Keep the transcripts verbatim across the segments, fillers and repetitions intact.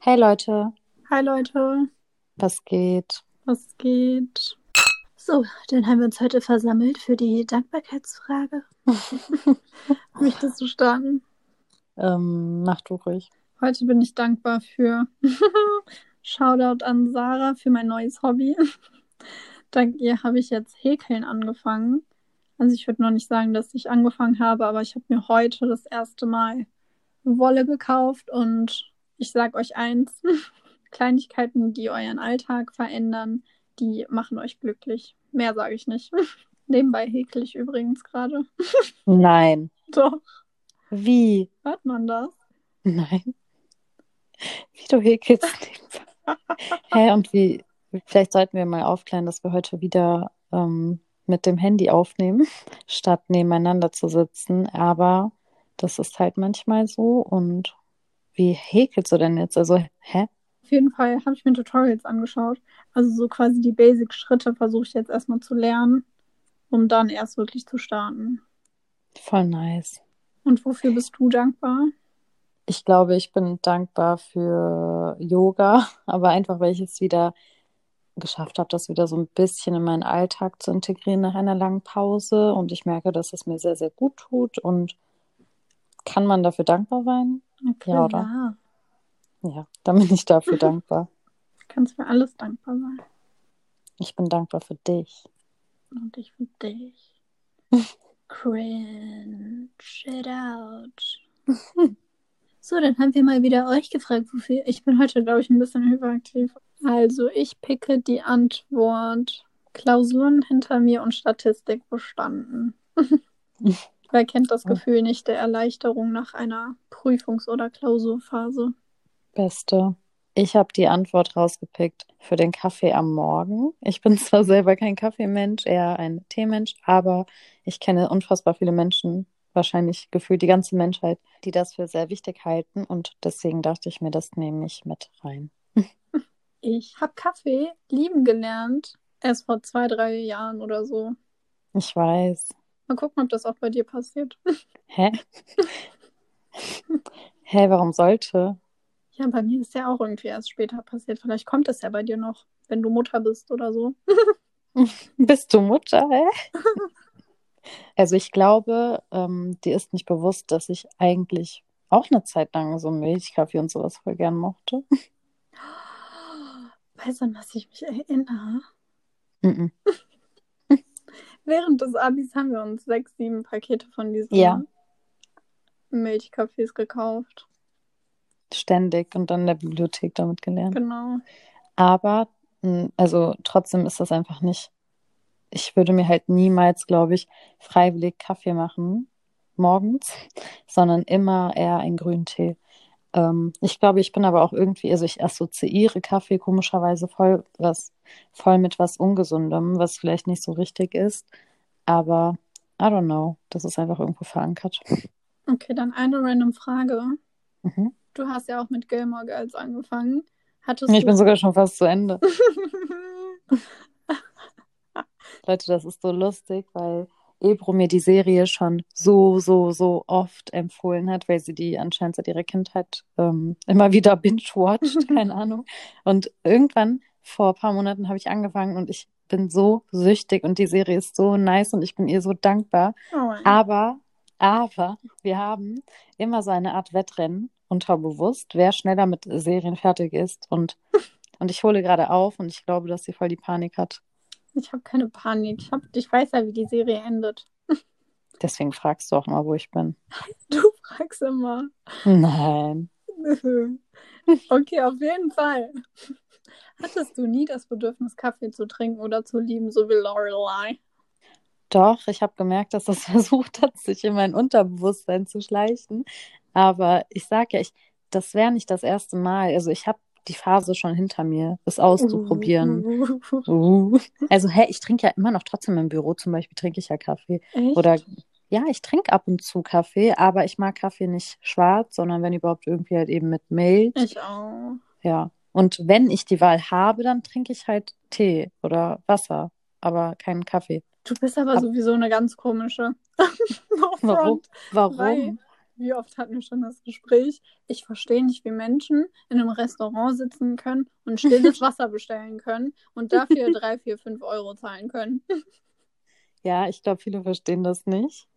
Hey Leute, Hi Leute, was geht? was geht? So, dann haben wir uns heute versammelt für die Dankbarkeitsfrage. Möchtest du starten? Ähm, mach du ruhig. Heute bin ich dankbar für Shoutout an Sarah für mein neues Hobby. Dank ihr habe ich jetzt Häkeln angefangen. Also ich würde noch nicht sagen, dass ich angefangen habe, aber ich habe mir heute das erste Mal Wolle gekauft und ich sage euch eins, Kleinigkeiten, die euren Alltag verändern, die machen euch glücklich. Mehr sage ich nicht. Nebenbei häkel ich übrigens gerade. Nein. Doch, Wie? hört man das? Nein. Wie du häkelst nebenbei. Hä, und wie? Vielleicht sollten wir mal aufklären, dass wir heute wieder ähm, mit dem Handy aufnehmen, statt nebeneinander zu sitzen. Aber das ist halt manchmal so. Und wie häkelst du denn jetzt? Also, hä? Auf jeden Fall habe ich mir Tutorials angeschaut. Also so quasi die Basic-Schritte versuche ich jetzt erstmal zu lernen, um dann erst wirklich zu starten. Voll nice. Und wofür bist du dankbar? Ich glaube, ich bin dankbar für Yoga, aber einfach, weil ich es wieder geschafft habe, das wieder so ein bisschen in meinen Alltag zu integrieren nach einer langen Pause. Und ich merke, dass es mir sehr, sehr gut tut. Und kann man dafür dankbar sein? Okay, Ja, oder? ja. Ja, dann bin ich dafür dankbar. Kannst für alles dankbar sein. Ich bin dankbar für dich. Und ich für dich. Cringe it out. So, dann haben wir mal wieder euch gefragt, wofür. Ich bin heute, glaube ich, ein bisschen hyperaktiv. Also, ich picke die Antwort. Klausuren hinter mir und Statistik bestanden. Wer kennt das Gefühl nicht der Erleichterung nach einer Prüfungs- oder Klausurphase? Beste. Ich habe die Antwort rausgepickt für den Kaffee am Morgen. Ich bin zwar selber kein Kaffeemensch, eher ein Teemensch, aber ich kenne unfassbar viele Menschen, wahrscheinlich gefühlt die ganze Menschheit, die das für sehr wichtig halten und deswegen dachte ich mir, das nehme ich mit rein. Ich habe Kaffee lieben gelernt. Erst vor zwei, drei Jahren oder so. Ich weiß. Mal gucken, ob das auch bei dir passiert. Hä? Hä, warum sollte? Ja, bei mir ist ja auch irgendwie erst später passiert. Vielleicht kommt es ja bei dir noch, wenn du Mutter bist oder so. Bist du Mutter, hä? Also ich glaube, ähm, dir ist nicht bewusst, dass ich eigentlich auch eine Zeit lang so Milchkaffee und sowas voll gern mochte. Weißt du, an was ich mich erinnere? Mhm. Während des Abis haben wir uns sechs, sieben Pakete von Ja, diesen Milchkaffees gekauft. ständig und dann in der Bibliothek damit gelernt. Genau. Aber, mh, also trotzdem ist das einfach nicht. Ich würde mir halt niemals, glaube ich, freiwillig Kaffee machen morgens, sondern immer eher einen grünen Tee. Ähm, ich glaube, ich bin aber auch irgendwie, also ich assoziiere Kaffee komischerweise voll was, voll mit was Ungesundem, was vielleicht nicht so richtig ist. Aber I don't know. Das ist einfach irgendwo verankert. Okay, dann eine random Frage. Mhm. Du hast ja auch mit Gilmore Girls angefangen. Hattest Ich bin du. sogar schon fast zu Ende. Leute, das ist so lustig, weil Ebro mir die Serie schon so, so, so oft empfohlen hat, weil sie die anscheinend seit ihrer Kindheit ähm, immer wieder binge-watcht, keine Ahnung. Und irgendwann, vor ein paar Monaten, habe ich angefangen und ich bin so süchtig und die Serie ist so nice und ich bin ihr so dankbar. Oh, Aber, aber, wir haben immer so eine Art Wettrennen unterbewusst, wer schneller mit Serien fertig ist. Und, und ich hole gerade auf und ich glaube, dass sie voll die Panik hat. ich habe keine Panik. Ich, hab, ich weiß ja, wie die Serie endet. Deswegen fragst du auch mal, wo ich bin. Du fragst immer. Nein. Okay, auf jeden Fall. Hattest du nie das Bedürfnis, Kaffee zu trinken oder zu lieben, so wie Lorelei? Doch, ich habe gemerkt, dass das versucht hat, sich in mein Unterbewusstsein zu schleichen. Aber ich sage ja, ich, das wäre nicht das erste Mal. Also ich habe die Phase schon hinter mir, es auszuprobieren. Uh, Uh. Also, hä, ich trinke ja immer noch trotzdem im Büro, zum Beispiel trinke ich ja Kaffee. Oder echt? ja, ich trinke ab und zu Kaffee, aber ich mag Kaffee nicht schwarz, sondern wenn überhaupt irgendwie halt eben mit Milch. Ich auch. Ja. Und wenn ich die Wahl habe, dann trinke ich halt Tee oder Wasser, aber keinen Kaffee. Du bist aber Ab sowieso eine ganz komische. No warum? front. Weil Warum? wie oft hatten wir schon das Gespräch? Ich verstehe nicht, wie Menschen in einem Restaurant sitzen können und stilles Wasser bestellen können und dafür drei, vier, fünf Euro zahlen können. Ja, ich glaube, viele verstehen das nicht.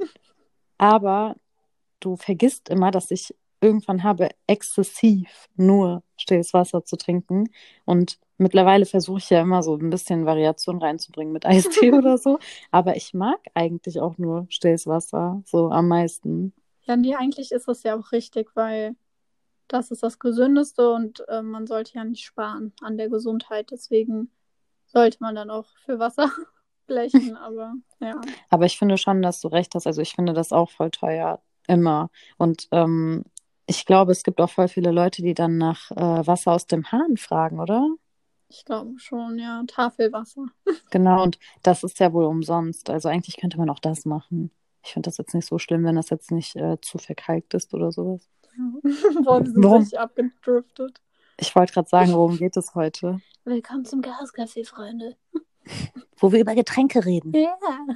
Aber du vergisst immer, dass ich irgendwann habe, exzessiv nur stilles Wasser zu trinken. Und mittlerweile versuche ich ja immer so ein bisschen Variation reinzubringen mit Eistee oder so. Aber ich mag eigentlich auch nur stilles Wasser so am meisten. Ja, nee, eigentlich ist das ja auch richtig, weil das ist das Gesündeste und äh, man sollte ja nicht sparen an der Gesundheit. Deswegen sollte man dann auch für Wasser blechen, aber ja. Aber ich finde schon, dass du recht hast. Also ich finde das auch voll teuer, immer. Und ähm, ich glaube, es gibt auch voll viele Leute, die dann nach äh, Wasser aus dem Hahn fragen, oder? Ich glaube schon, ja. Tafelwasser. Genau, und das ist ja wohl umsonst. Also eigentlich könnte man auch das machen. Ich finde das jetzt nicht so schlimm, wenn das jetzt nicht äh, zu verkalkt ist oder sowas. Boah, wir sind Worum? richtig abgedriftet. Ich wollte gerade sagen, worum geht es heute? Willkommen zum Gascafé, Freunde. Wo wir über Getränke reden. Ja.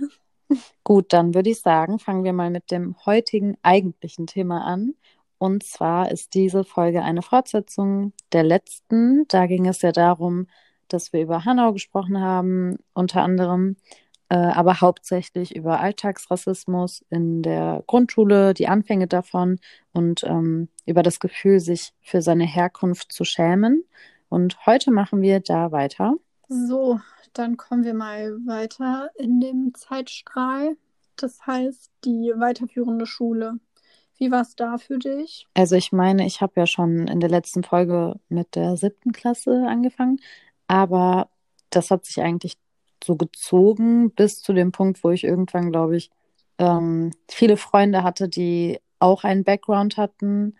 Gut, dann würde ich sagen, fangen wir mal mit dem heutigen eigentlichen Thema an. Und zwar ist diese Folge eine Fortsetzung der letzten. Da ging es ja darum, dass wir über Hanau gesprochen haben, unter anderem, äh, aber hauptsächlich über Alltagsrassismus in der Grundschule, die Anfänge davon und ähm, über das Gefühl, sich für seine Herkunft zu schämen. Und heute machen wir da weiter. So, dann kommen wir mal weiter in dem Zeitstrahl. Das heißt, die weiterführende Schule. Wie war es da für dich? Also ich meine, ich habe ja schon in der letzten Folge mit der siebten Klasse angefangen, aber das hat sich eigentlich so gezogen bis zu dem Punkt, wo ich irgendwann, glaube ich, ähm, viele Freunde hatte, die auch einen Background hatten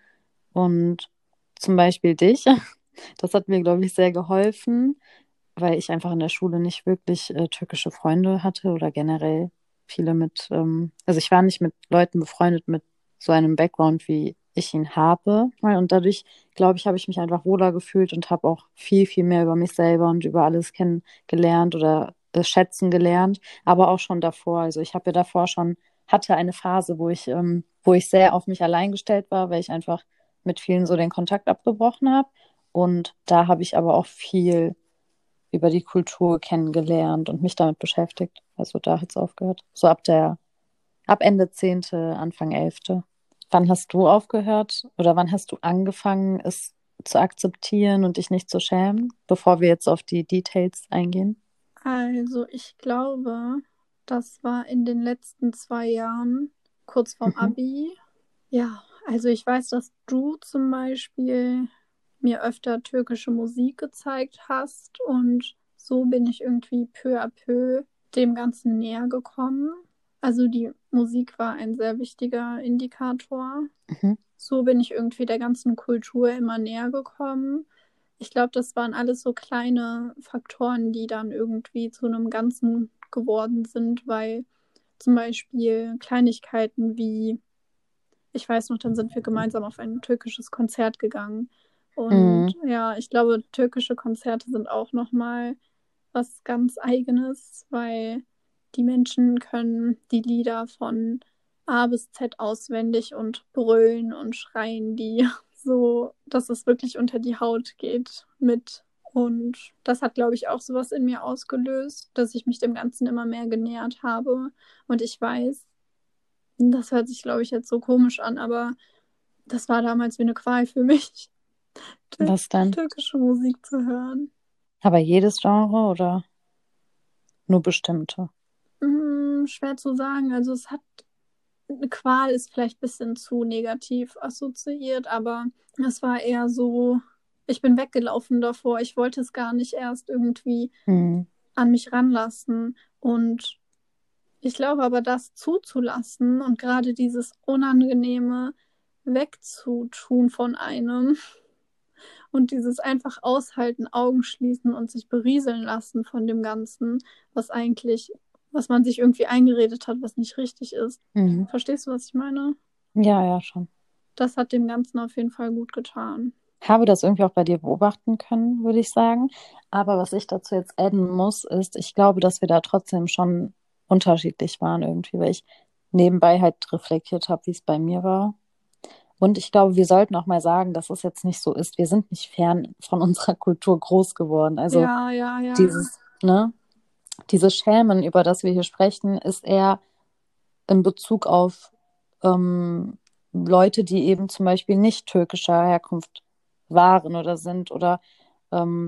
und zum Beispiel dich. Das hat mir, glaube ich, sehr geholfen, weil ich einfach in der Schule nicht wirklich äh, türkische Freunde hatte oder generell viele mit, ähm, also ich war nicht mit Leuten befreundet mit so einem Background, wie ich ihn habe. Und dadurch, glaube ich, habe ich mich einfach wohler gefühlt und habe auch viel, viel mehr über mich selber und über alles kennengelernt oder äh, schätzen gelernt, aber auch schon davor. Also ich habe ja davor schon, hatte eine Phase, wo ich, ähm, wo ich sehr auf mich allein gestellt war, weil ich einfach mit vielen so den Kontakt abgebrochen habe. Und da habe ich aber auch viel über die Kultur kennengelernt und mich damit beschäftigt. Also da hat es aufgehört. So ab der, ab Ende zehnte, Anfang elfte. Wann hast du aufgehört oder wann hast du angefangen, es zu akzeptieren und dich nicht zu schämen, bevor wir jetzt auf die Details eingehen? Also, ich glaube, das war in den letzten zwei Jahren, kurz vorm Mhm. Abi. Ja, also ich weiß, dass du zum Beispiel mir öfter türkische Musik gezeigt hast und so bin ich irgendwie peu à peu dem Ganzen näher gekommen. Also die Musik war ein sehr wichtiger Indikator. Mhm. So bin ich irgendwie der ganzen Kultur immer näher gekommen. Ich glaube, das waren alles so kleine Faktoren, die dann irgendwie zu einem Ganzen geworden sind, weil zum Beispiel Kleinigkeiten wie, ich weiß noch, dann sind wir gemeinsam auf ein türkisches Konzert gegangen. Und Mhm. ja, ich glaube, türkische Konzerte sind auch nochmal was ganz Eigenes, weil die Menschen können die Lieder von A bis Z auswendig und brüllen und schreien die so, dass es wirklich unter die Haut geht mit. Und das hat, glaube ich, auch sowas in mir ausgelöst, dass ich mich dem Ganzen immer mehr genähert habe. Und ich weiß, das hört sich, glaube ich, jetzt so komisch an, aber das war damals wie eine Qual für mich, tür Was denn? türkische Musik zu hören. Aber jedes Genre oder nur bestimmte? Hm, schwer zu sagen. Also es hat, eine Qual ist vielleicht ein bisschen zu negativ assoziiert, aber es war eher so, ich bin weggelaufen davor. Ich wollte es gar nicht erst irgendwie Mhm. an mich ranlassen. Und ich glaube aber, das zuzulassen und gerade dieses Unangenehme wegzutun von einem und dieses einfach aushalten, Augen schließen und sich berieseln lassen von dem Ganzen, was eigentlich, was man sich irgendwie eingeredet hat, was nicht richtig ist. Mhm. Verstehst du, was ich meine? Ja, ja, schon. Das hat dem Ganzen auf jeden Fall gut getan. Habe das irgendwie auch bei dir beobachten können, würde ich sagen. Aber was ich dazu jetzt adden muss, ist, ich glaube, dass wir da trotzdem schon unterschiedlich waren irgendwie, weil ich nebenbei halt reflektiert habe, wie es bei mir war. Und ich glaube, wir sollten auch mal sagen, dass es jetzt nicht so ist. Wir sind nicht fern von unserer Kultur groß geworden. Also Ja, ja, ja. dieses, ne, dieses Schämen, über das wir hier sprechen, ist eher in Bezug auf ähm, Leute, die eben zum Beispiel nicht türkischer Herkunft waren oder sind oder ähm,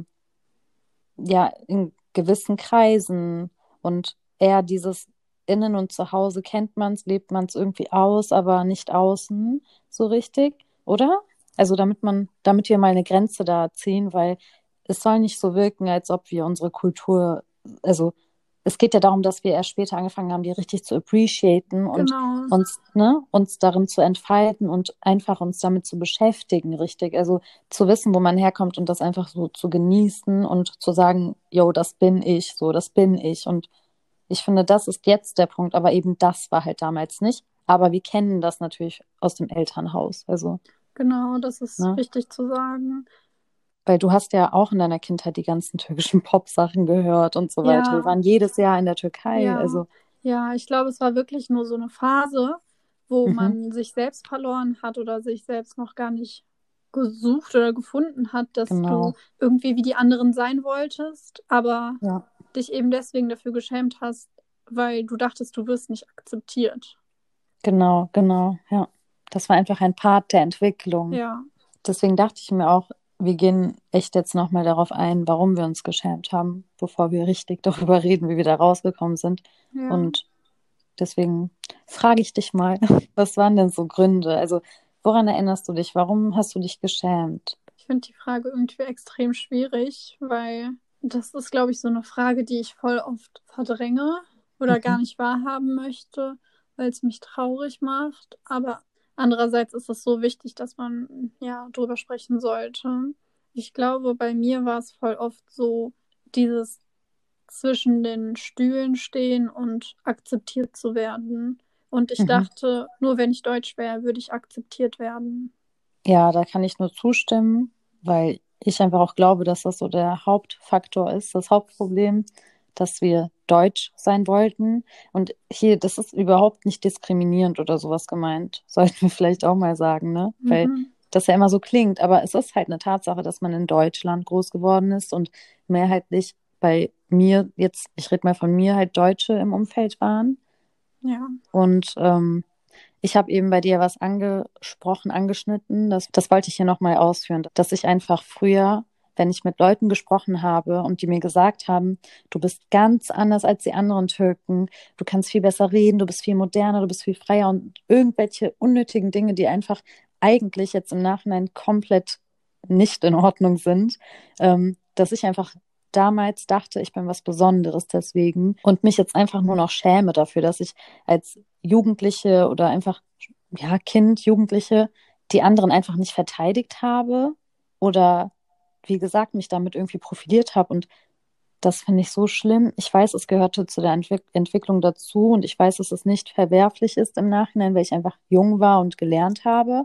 ja, in gewissen Kreisen und eher dieses Innen und Zuhause kennt man es, lebt man es irgendwie aus, aber nicht außen so richtig, oder? Also damit man, damit wir mal eine Grenze da ziehen, weil es soll nicht so wirken, als ob wir unsere Kultur, also es geht ja darum, dass wir erst später angefangen haben, die richtig zu appreciaten und Genau, uns, ne, uns darin zu entfalten und einfach uns damit zu beschäftigen, richtig. Also zu wissen, wo man herkommt und das einfach so zu genießen und zu sagen, yo, das bin ich, so, das bin ich. Und ich finde, das ist jetzt der Punkt, aber eben das war halt damals nicht. Aber wir kennen das natürlich aus dem Elternhaus. Also, genau, das ist ne? wichtig zu sagen. Weil du hast ja auch in deiner Kindheit die ganzen türkischen Pop-Sachen gehört und so weiter. Wir Ja, waren jedes Jahr in der Türkei. ja, Also, ja, ich glaube, es war wirklich nur so eine Phase, wo mhm, man sich selbst verloren hat oder sich selbst noch gar nicht gesucht oder gefunden hat, dass du genau. irgendwie wie die anderen sein wolltest, aber Ja, dich eben deswegen dafür geschämt hast, weil du dachtest, du wirst nicht akzeptiert. genau, genau. Ja. Das war einfach ein Part der Entwicklung. Ja, Deswegen dachte ich mir auch, wir gehen echt jetzt nochmal darauf ein, warum wir uns geschämt haben, bevor wir richtig darüber reden, wie wir da rausgekommen sind. ja. Und deswegen frage ich dich mal, was waren denn so Gründe? Also, woran erinnerst du dich? Warum hast du dich geschämt? Ich finde die Frage irgendwie extrem schwierig, weil das ist, glaube ich, so eine Frage, die ich voll oft verdränge oder gar Mhm. nicht wahrhaben möchte, weil es mich traurig macht. Aber andererseits ist es so wichtig, dass man ja drüber sprechen sollte. Ich glaube, bei mir war es voll oft so, dieses zwischen den Stühlen stehen und akzeptiert zu werden. Und ich Mhm. dachte, nur wenn ich Deutsch wäre, würde ich akzeptiert werden. Ja, da kann ich nur zustimmen, weil ich einfach auch glaube, dass das so der Hauptfaktor ist, das Hauptproblem, dass wir deutsch sein wollten. Und hier, das ist überhaupt nicht diskriminierend oder sowas gemeint. Sollten wir vielleicht auch mal sagen, ne? Weil Mhm. das ja immer so klingt, aber es ist halt eine Tatsache, dass man in Deutschland groß geworden ist und mehrheitlich bei mir, jetzt, ich rede mal von mir, halt Deutsche im Umfeld waren. Ja. Und ähm, ich habe eben bei dir was angesprochen, angeschnitten. Das, das wollte ich hier nochmal ausführen, dass ich einfach früher, wenn ich mit Leuten gesprochen habe und die mir gesagt haben, du bist ganz anders als die anderen Türken, du kannst viel besser reden, du bist viel moderner, du bist viel freier und irgendwelche unnötigen Dinge, die einfach eigentlich jetzt im Nachhinein komplett nicht in Ordnung sind, ähm, dass ich einfach damals dachte, ich bin was Besonderes deswegen und mich jetzt einfach nur noch schäme dafür, dass ich als Jugendliche oder einfach, ja, Kind, Jugendliche, die anderen einfach nicht verteidigt habe oder, wie gesagt, mich damit irgendwie profiliert habe. Und das finde ich so schlimm. Ich weiß, es gehörte zu der Entwick Entwicklung dazu und ich weiß, dass es nicht verwerflich ist im Nachhinein, weil ich einfach jung war und gelernt habe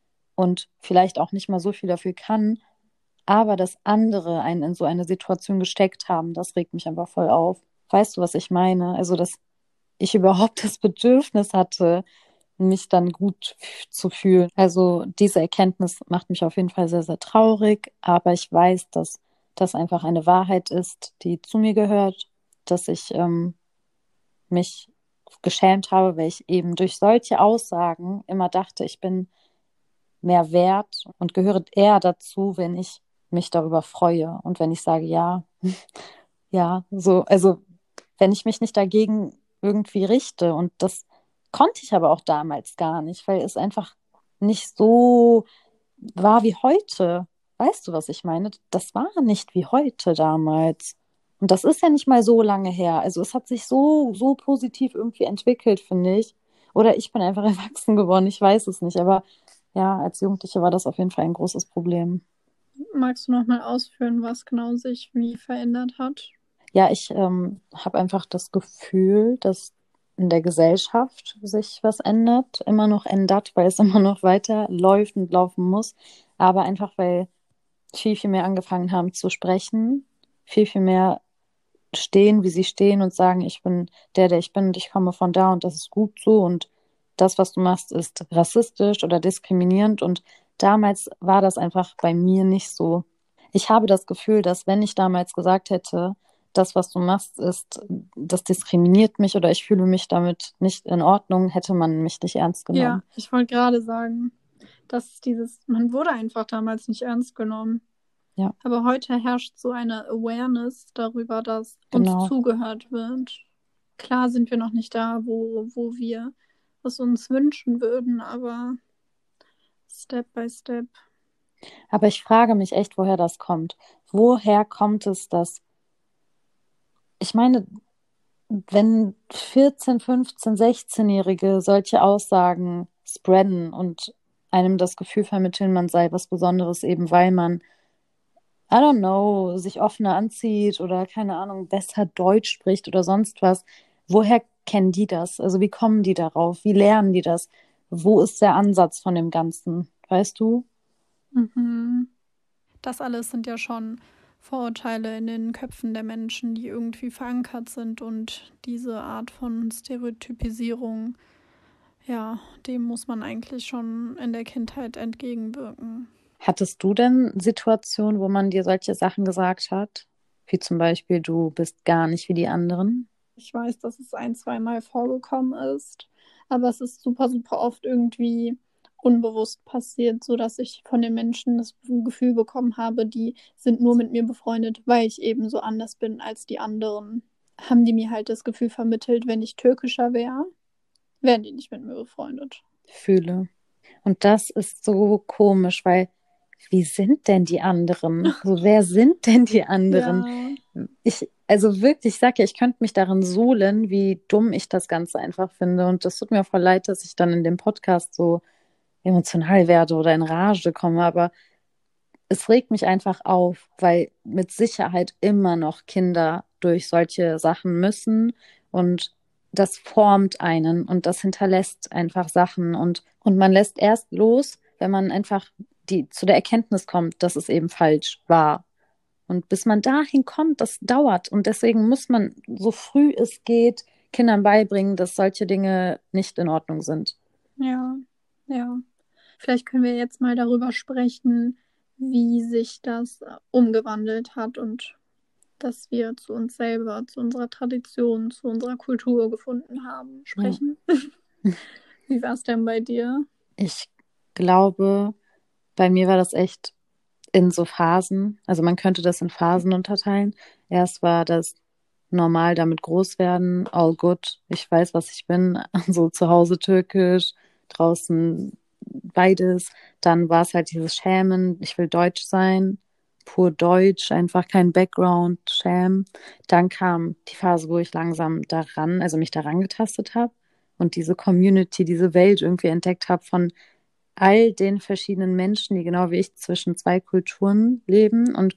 und vielleicht auch nicht mal so viel dafür kann. Aber dass andere einen in so eine Situation gesteckt haben, das regt mich einfach voll auf. Weißt du, was ich meine? Also, dass ich überhaupt das Bedürfnis hatte, mich dann gut f- zu fühlen. Also diese Erkenntnis macht mich auf jeden Fall sehr, sehr traurig, aber ich weiß, dass das einfach eine Wahrheit ist, die zu mir gehört, dass ich ähm, mich geschämt habe, weil ich eben durch solche Aussagen immer dachte, ich bin mehr wert und gehöre eher dazu, wenn ich mich darüber freue und wenn ich sage, ja, ja, so, also wenn ich mich nicht dagegen irgendwie richte. Und das konnte ich aber auch damals gar nicht, weil es einfach nicht so war wie heute. Weißt du, was ich meine? Das war nicht wie heute damals. Und das ist ja nicht mal so lange her. Also es hat sich so, so positiv irgendwie entwickelt, finde ich. Oder ich bin einfach erwachsen geworden, ich weiß es nicht. Aber ja, als Jugendliche war das auf jeden Fall ein großes Problem. Magst du noch mal ausführen, was genau sich wie verändert hat? Ja, ich ähm, habe einfach das Gefühl, dass in der Gesellschaft sich was ändert, immer noch ändert, weil es immer noch weiter läuft und laufen muss. Aber einfach, weil viel, viel mehr angefangen haben zu sprechen, viel, viel mehr stehen, wie sie stehen und sagen, ich bin der, der ich bin und ich komme von da und das ist gut so und das, was du machst, ist rassistisch oder diskriminierend. Und damals war das einfach bei mir nicht so. Ich habe das Gefühl, dass wenn ich damals gesagt hätte, das, was du machst, ist, das diskriminiert mich oder ich fühle mich damit nicht in Ordnung, hätte man mich nicht ernst Ja, genommen. ich wollte gerade sagen, dass dieses, man wurde einfach damals nicht ernst genommen. Ja, Aber heute herrscht so eine Awareness darüber, dass uns genau. zugehört wird. Klar sind wir noch nicht da, wo, wo wir es uns wünschen würden, aber Step by Step. Aber ich frage mich echt, woher das kommt. Woher kommt es, dass, ich meine, wenn vierzehn, fünfzehn, sechzehn-Jährige solche Aussagen spreaden und einem das Gefühl vermitteln, man sei was Besonderes, eben weil man, I don't know, sich offener anzieht oder keine Ahnung, besser Deutsch spricht oder sonst was, woher kennen die das? Also wie kommen die darauf? Wie lernen die das? Wo ist der Ansatz von dem Ganzen? Weißt du? Mhm. Das alles sind ja schon Vorurteile in den Köpfen der Menschen, die irgendwie verankert sind und diese Art von Stereotypisierung, ja, dem muss man eigentlich schon in der Kindheit entgegenwirken. Hattest du denn Situationen, wo man dir solche Sachen gesagt hat? Wie zum Beispiel, du bist gar nicht wie die anderen? Ich weiß, dass es ein, zweimal vorgekommen ist, aber es ist super, super oft irgendwie unbewusst passiert, sodass ich von den Menschen das Gefühl bekommen habe, die sind nur mit mir befreundet, weil ich eben so anders bin als die anderen. Haben die mir halt das Gefühl vermittelt, wenn ich türkischer wäre, wären die nicht mit mir befreundet. Fühle. Und das ist so komisch, weil wie sind denn die anderen? So, wer sind denn die anderen? Ja, Ich, also wirklich, ich sag ja, ich könnte mich darin suhlen, wie dumm ich das Ganze einfach finde. Und das tut mir voll leid, dass ich dann in dem Podcast so emotional werde oder in Rage komme. Aber es regt mich einfach auf, weil mit Sicherheit immer noch Kinder durch solche Sachen müssen und das formt einen und das hinterlässt einfach Sachen und, und man lässt erst los, wenn man einfach die, zu der Erkenntnis kommt, dass es eben falsch war. Und bis man dahin kommt, das dauert. Und deswegen muss man, so früh es geht, Kindern beibringen, dass solche Dinge nicht in Ordnung sind. ja, ja. Vielleicht können wir jetzt mal darüber sprechen, wie sich das äh, umgewandelt hat und dass wir zu uns selber, zu unserer Tradition, zu unserer Kultur gefunden haben, Ja. sprechen. Wie war es denn bei dir? Ich glaube, bei mir war das echt in so Phasen. Also man könnte das in Phasen unterteilen. Erst war das normal damit groß werden, all good. Ich weiß, was ich bin. So zu Hause türkisch, draußen beides. Dann war es halt dieses Schämen, ich will deutsch sein, pur deutsch, einfach kein Background, Schämen. Dann kam die Phase, wo ich langsam daran, also mich daran getastet habe und diese Community, diese Welt irgendwie entdeckt habe von all den verschiedenen Menschen, die genau wie ich zwischen zwei Kulturen leben und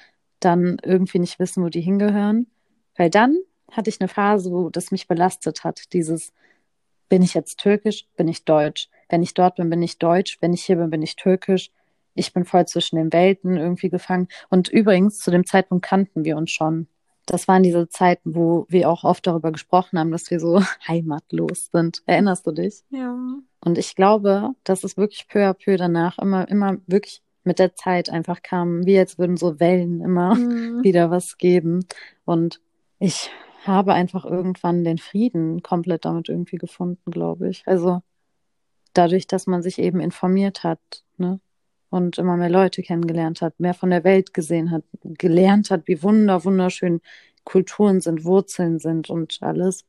dann irgendwie nicht wissen, wo die hingehören. Weil dann hatte ich eine Phase, wo das mich belastet hat. Dieses, bin ich jetzt türkisch, bin ich deutsch. Wenn ich dort bin, bin ich deutsch. Wenn ich hier bin, bin ich türkisch. Ich bin voll zwischen den Welten irgendwie gefangen. Und übrigens, zu dem Zeitpunkt kannten wir uns schon. Das waren diese Zeiten, wo wir auch oft darüber gesprochen haben, dass wir so heimatlos sind. Erinnerst du dich? Ja. Und ich glaube, dass es wirklich peu à peu danach immer, immer wirklich mit der Zeit einfach kam, wie als würden so Wellen immer Mhm. wieder was geben. Und ich habe einfach irgendwann den Frieden komplett damit irgendwie gefunden, glaube ich. Also dadurch, dass man sich eben informiert hat, ne? Und immer mehr Leute kennengelernt hat, mehr von der Welt gesehen hat, gelernt hat, wie wunder, wunderschön Kulturen sind, Wurzeln sind und alles.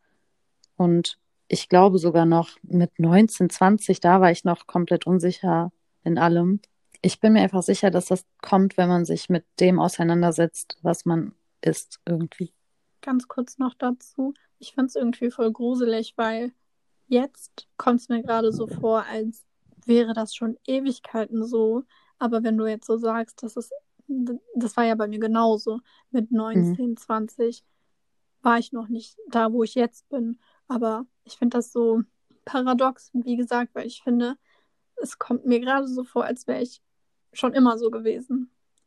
Und ich glaube sogar noch mit neunzehn, zwanzig, da war ich noch komplett unsicher in allem. Ich bin mir einfach sicher, dass das kommt, wenn man sich mit dem auseinandersetzt, was man ist irgendwie. Ganz kurz noch dazu. Ich finde es irgendwie voll gruselig, weil jetzt kommt es mir gerade so vor, als wäre das schon Ewigkeiten so. Aber wenn du jetzt so sagst, das ist, das war ja bei mir genauso. Mit Mhm. neunzehn, zwanzig war ich noch nicht da, wo ich jetzt bin. Aber ich finde das so paradox, wie gesagt, weil ich finde, es kommt mir gerade so vor, als wäre ich schon immer so gewesen.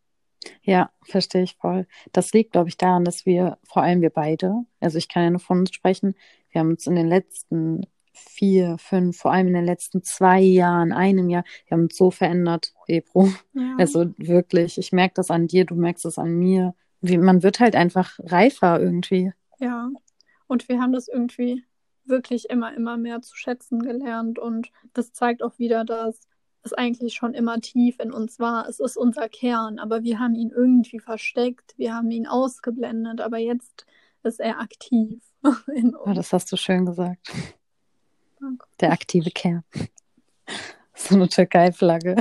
Ja, verstehe ich voll. Das liegt, glaube ich, daran, dass wir, vor allem wir beide, also ich kann ja nur von uns sprechen, wir haben uns in den letzten vier, fünf, vor allem in den letzten zwei Jahren, einem Jahr, wir haben uns so verändert, Ebro. Ja, Also wirklich, ich merke das an dir, du merkst es an mir. Wie, man wird halt einfach reifer irgendwie. ja. Und wir haben das irgendwie wirklich immer, immer mehr zu schätzen gelernt. Und das zeigt auch wieder, dass es eigentlich schon immer tief in uns war. Es ist unser Kern, aber wir haben ihn irgendwie versteckt, wir haben ihn ausgeblendet, aber jetzt ist er aktiv in Oh, uns. das hast du schön gesagt. Danke. Der aktive Kern. So eine Türkei-Flagge.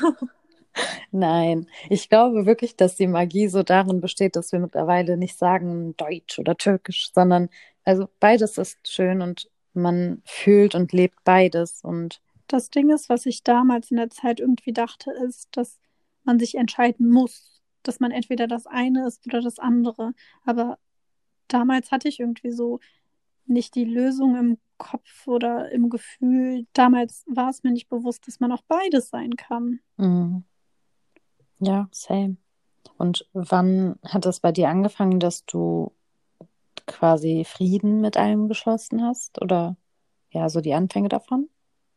Nein, ich glaube wirklich, dass die Magie so darin besteht, dass wir mittlerweile nicht sagen Deutsch oder Türkisch, sondern also beides ist schön und man fühlt und lebt beides. Und Das Ding ist, was ich damals in der Zeit irgendwie dachte, ist, dass man sich entscheiden muss, dass man entweder das eine ist oder das andere. Aber damals hatte ich irgendwie so nicht die Lösung im Kopf oder im Gefühl. Damals war es mir nicht bewusst, dass man auch beides sein kann. mm, ja, same. Und wann hat das bei dir angefangen, dass du quasi Frieden mit allem geschlossen hast? Oder ja, so die Anfänge davon?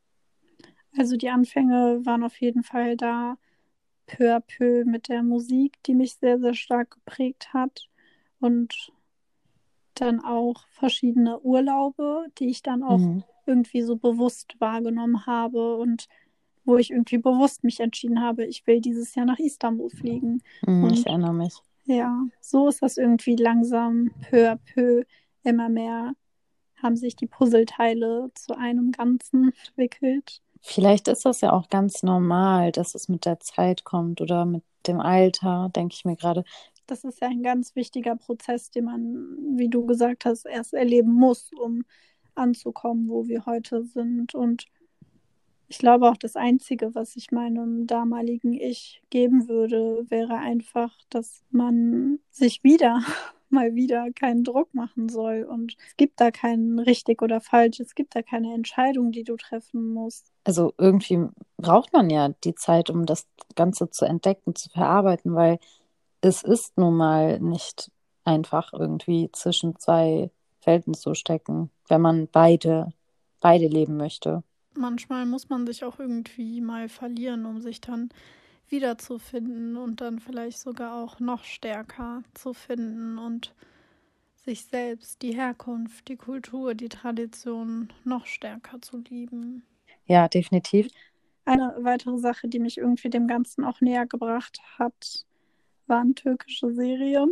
Also die Anfänge waren auf jeden Fall da, peu à peu mit der Musik, die mich sehr, sehr stark geprägt hat. Und dann auch verschiedene Urlaube, die ich dann auch Mhm. irgendwie so bewusst wahrgenommen habe und wo ich irgendwie bewusst mich entschieden habe, ich will dieses Jahr nach Istanbul fliegen. Mhm, ich Und erinnere mich. ja, so ist das irgendwie langsam, peu à peu, immer mehr haben sich die Puzzleteile zu einem Ganzen entwickelt. Vielleicht ist das ja auch ganz normal, dass es mit der Zeit kommt oder mit dem Alter, denke ich mir gerade. Das ist ja ein ganz wichtiger Prozess, den man, wie du gesagt hast, erst erleben muss, um anzukommen, wo wir heute sind. Und ich glaube auch, das Einzige, was ich meinem damaligen Ich geben würde, wäre einfach, dass man sich wieder, mal wieder keinen Druck machen soll. Und es gibt da keinen richtig oder falsch. Es gibt da keine Entscheidung, die du treffen musst. Also irgendwie braucht man ja die Zeit, um das Ganze zu entdecken, zu verarbeiten, weil es ist nun mal nicht einfach irgendwie zwischen zwei Welten zu stecken, wenn man beide, beide leben möchte. Manchmal muss man sich auch irgendwie mal verlieren, um sich dann wiederzufinden und dann vielleicht sogar auch noch stärker zu finden und sich selbst, die Herkunft, die Kultur, die Tradition noch stärker zu lieben. Ja, definitiv. Eine weitere Sache, die mich irgendwie dem Ganzen auch näher gebracht hat, waren türkische Serien.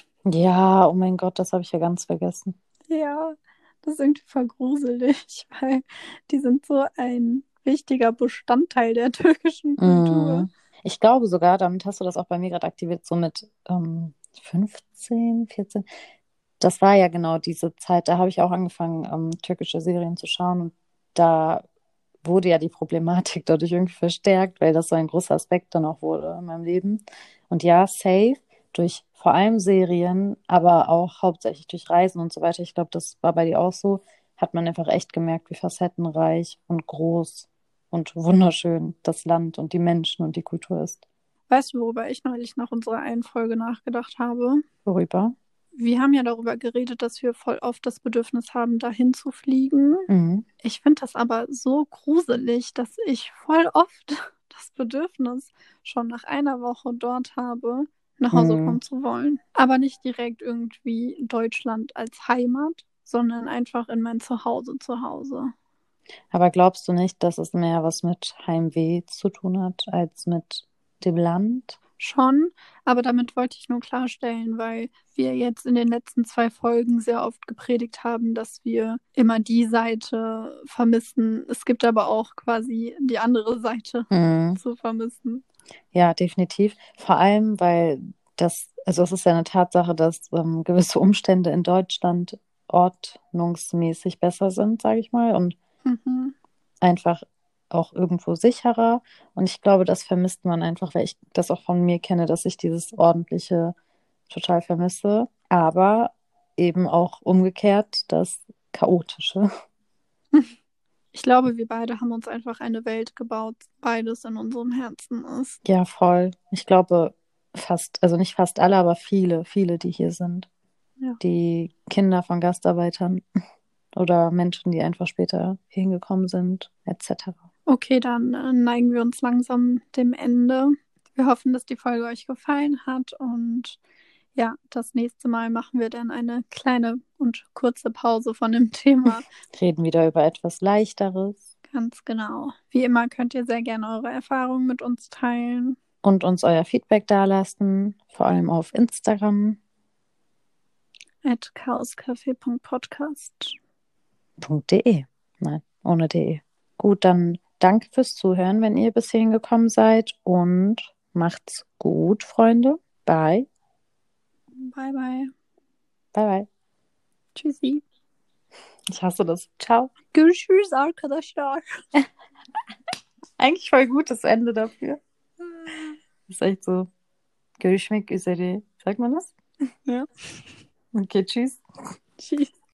Ja, oh mein Gott, das habe ich ja ganz vergessen. Ja, das ist irgendwie voll gruselig, weil die sind so ein wichtiger Bestandteil der türkischen Kultur. Mm. Ich glaube sogar, damit hast du das auch bei mir gerade aktiviert, so mit ähm, fünfzehn, vierzehn. Das war ja genau diese Zeit, da habe ich auch angefangen, ähm, türkische Serien zu schauen und da wurde ja die Problematik dadurch irgendwie verstärkt, weil das so ein großer Aspekt dann auch wurde in meinem Leben. Und ja, safe durch vor allem Serien, aber auch hauptsächlich durch Reisen und so weiter. Ich glaube, das war bei dir auch so, hat man einfach echt gemerkt, wie facettenreich und groß und wunderschön das Land und die Menschen und die Kultur ist. Weißt du, worüber ich neulich nach unserer einen Folge nachgedacht habe? Worüber? Wir haben ja darüber geredet, dass wir voll oft das Bedürfnis haben, dahin zu fliegen. Mhm. Ich finde das aber so gruselig, dass ich voll oft das Bedürfnis schon nach einer Woche dort habe, nach Hause Mhm. kommen zu wollen. Aber nicht direkt irgendwie Deutschland als Heimat, sondern einfach in mein Zuhause zu Hause. Aber glaubst du nicht, dass es mehr was mit Heimweh zu tun hat, als mit dem Land? Schon, aber damit wollte ich nur klarstellen, weil wir jetzt in den letzten zwei Folgen sehr oft gepredigt haben, dass wir immer die Seite vermissen. Es gibt aber auch quasi die andere Seite Mhm. zu vermissen. Ja, definitiv. Vor allem, weil das, also es ist ja eine Tatsache, dass ähm, gewisse Umstände in Deutschland ordnungsmäßig besser sind, sage ich mal, und Mhm. einfach auch irgendwo sicherer. Und ich glaube, das vermisst man einfach, weil ich das auch von mir kenne, dass ich dieses Ordentliche total vermisse. Aber eben auch umgekehrt das Chaotische. Ich glaube, wir beide haben uns einfach eine Welt gebaut, beides in unserem Herzen ist. Ja, voll. Ich glaube, fast, also nicht fast alle, aber viele, viele, die hier sind. Ja. Die Kinder von Gastarbeitern. oder Menschen, die einfach später hingekommen sind, et cetera. Okay, dann äh, neigen wir uns langsam dem Ende. Wir hoffen, dass die Folge euch gefallen hat und ja, das nächste Mal machen wir dann eine kleine und kurze Pause von dem Thema. Reden wieder über etwas Leichteres. Ganz genau. Wie immer könnt ihr sehr gerne eure Erfahrungen mit uns teilen. Und uns euer Feedback dalassen, vor allem auf Instagram. at chaoscafé punkt podcast. .de. Nein, ohne de. Gut, dann danke fürs Zuhören, wenn ihr bis hierhin gekommen seid und macht's gut, Freunde. Bye. Bye, bye. Bye, bye. Tschüssi. Ich hasse das. Ciao. Görüşürüz arkadaşlar. Eigentlich voll gutes Ende dafür. Das ist echt so. Görüşmek üzere. Sagt man das? Ja. Okay, tschüss. Tschüss.